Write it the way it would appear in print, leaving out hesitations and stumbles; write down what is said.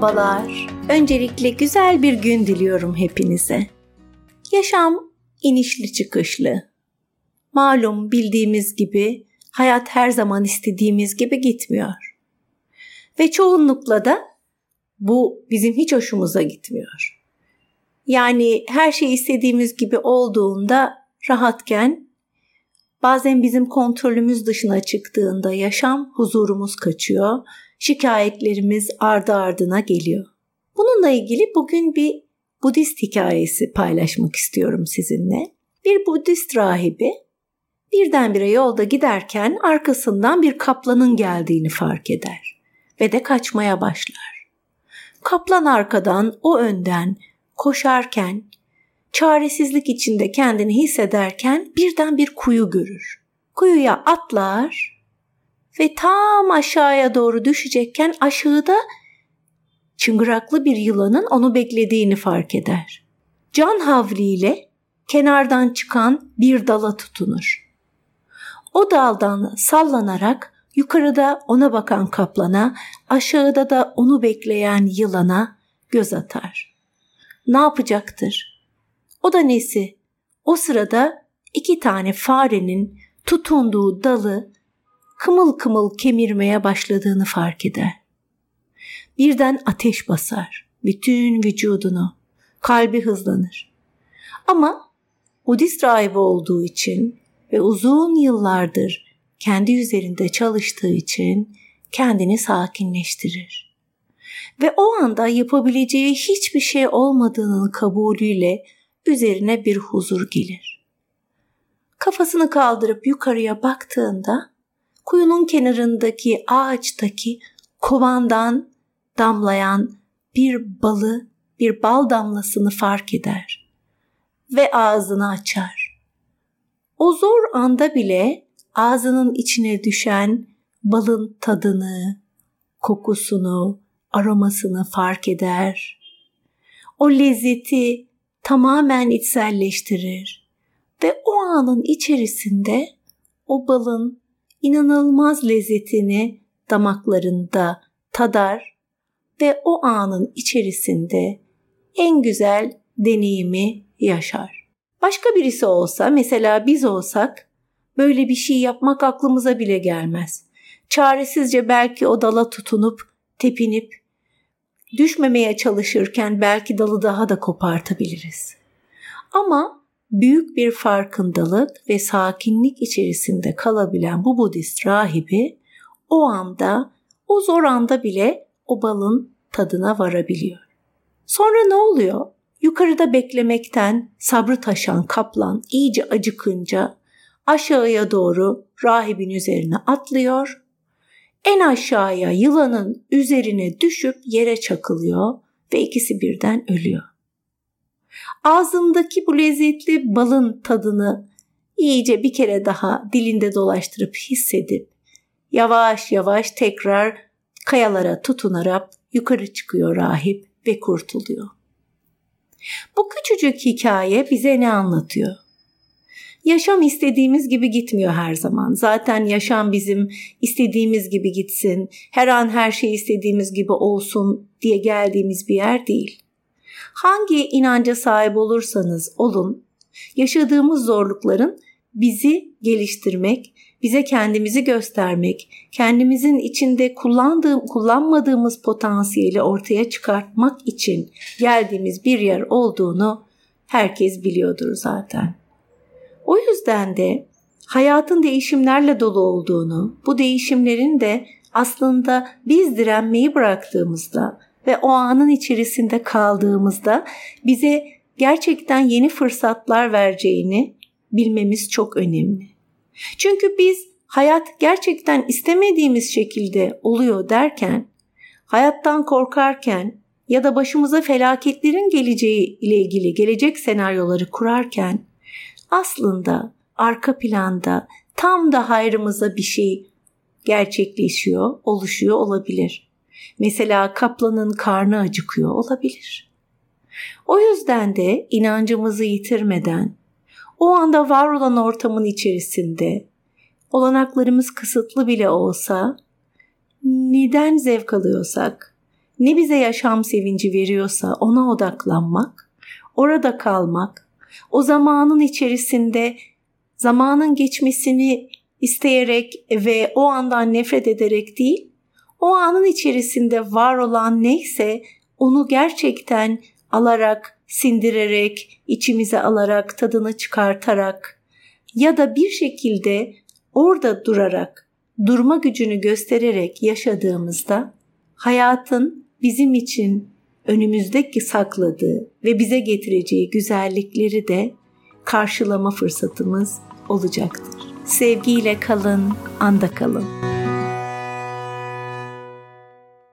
Merhabalar. Öncelikle güzel bir gün diliyorum hepinize. Yaşam inişli çıkışlı. Malum bildiğimiz gibi hayat her zaman istediğimiz gibi gitmiyor. Ve çoğunlukla da bu bizim hiç hoşumuza gitmiyor. Yani her şey istediğimiz gibi olduğunda rahatken bazen bizim kontrolümüz dışına çıktığında yaşam huzurumuz kaçıyor. Şikayetlerimiz ardı ardına geliyor. Bununla ilgili bugün bir Budist hikayesi paylaşmak istiyorum sizinle. Bir Budist rahibi birdenbire yolda giderken arkasından bir kaplanın geldiğini fark eder ve de kaçmaya başlar. Kaplan arkadan, o önden koşarken, çaresizlik içinde kendini hissederken birden bir kuyu görür. Kuyuya atlar ve tam aşağıya doğru düşecekken aşağıda çıngıraklı bir yılanın onu beklediğini fark eder. Can havliyle kenardan çıkan bir dala tutunur. O daldan sallanarak yukarıda ona bakan kaplana, aşağıda da onu bekleyen yılana göz atar. Ne yapacaktır? O da nesi? O sırada 2 tane farenin tutunduğu dalı kımıl kımıl kemirmeye başladığını fark eder. Birden ateş basar bütün vücudunu, kalbi hızlanır. Ama Budist rahibi olduğu için ve uzun yıllardır kendi üzerinde çalıştığı için kendini sakinleştirir. Ve o anda yapabileceği hiçbir şey olmadığının kabulüyle üzerine bir huzur gelir. Kafasını kaldırıp yukarıya baktığında kuyunun kenarındaki ağaçtaki kovandan damlayan bir bal damlasını fark eder ve ağzını açar. O zor anda bile ağzının içine düşen balın tadını, kokusunu, aromasını fark eder. O lezzeti tamamen içselleştirir ve o anın içerisinde o balın inanılmaz lezzetini damaklarında tadar ve o anın içerisinde en güzel deneyimi yaşar. Başka birisi olsa, mesela biz olsak, böyle bir şey yapmak aklımıza bile gelmez. Çaresizce belki o dala tutunup, tepinip, düşmemeye çalışırken belki dalı daha da kopartabiliriz. Ama büyük bir farkındalık ve sakinlik içerisinde kalabilen bu Budist rahibi o anda, o zor anda bile o balın tadına varabiliyor. Sonra ne oluyor? Yukarıda beklemekten sabrı taşan kaplan iyice acıkınca aşağıya doğru rahibin üzerine atlıyor. En aşağıya yılanın üzerine düşüp yere çakılıyor ve ikisi birden ölüyor. Ağzındaki bu lezzetli balın tadını iyice bir kere daha dilinde dolaştırıp hissedip yavaş yavaş tekrar kayalara tutunarak yukarı çıkıyor rahip ve kurtuluyor. Bu küçücük hikaye bize ne anlatıyor? Yaşam istediğimiz gibi gitmiyor her zaman. Zaten yaşam bizim istediğimiz gibi gitsin, her an her şey istediğimiz gibi olsun diye geldiğimiz bir yer değil. Hangi inanca sahip olursanız olun, yaşadığımız zorlukların bizi geliştirmek, bize kendimizi göstermek, kendimizin içinde kullanmadığımız potansiyeli ortaya çıkartmak için geldiğimiz bir yer olduğunu herkes biliyordur zaten. O yüzden de hayatın değişimlerle dolu olduğunu, bu değişimlerin de aslında biz direnmeyi bıraktığımızda ve o anın içerisinde kaldığımızda bize gerçekten yeni fırsatlar vereceğini bilmemiz çok önemli. Çünkü biz hayat gerçekten istemediğimiz şekilde oluyor derken, hayattan korkarken ya da başımıza felaketlerin geleceği ile ilgili gelecek senaryoları kurarken aslında arka planda tam da hayrımıza bir şey gerçekleşiyor, oluşuyor olabilir. Mesela kaplanın karnı acıkıyor olabilir. O yüzden de inancımızı yitirmeden, o anda var olan ortamın içerisinde, olanaklarımız kısıtlı bile olsa, neden zevk alıyorsak, ne bize yaşam sevinci veriyorsa ona odaklanmak, orada kalmak, o zamanın içerisinde zamanın geçmesini isteyerek ve o andan nefret ederek değil, o anın içerisinde var olan neyse onu gerçekten alarak, sindirerek, içimize alarak, tadını çıkartarak ya da bir şekilde orada durarak, durma gücünü göstererek yaşadığımızda hayatın bizim için önümüzdeki sakladığı ve bize getireceği güzellikleri de karşılama fırsatımız olacaktır. Sevgiyle kalın, anda kalın.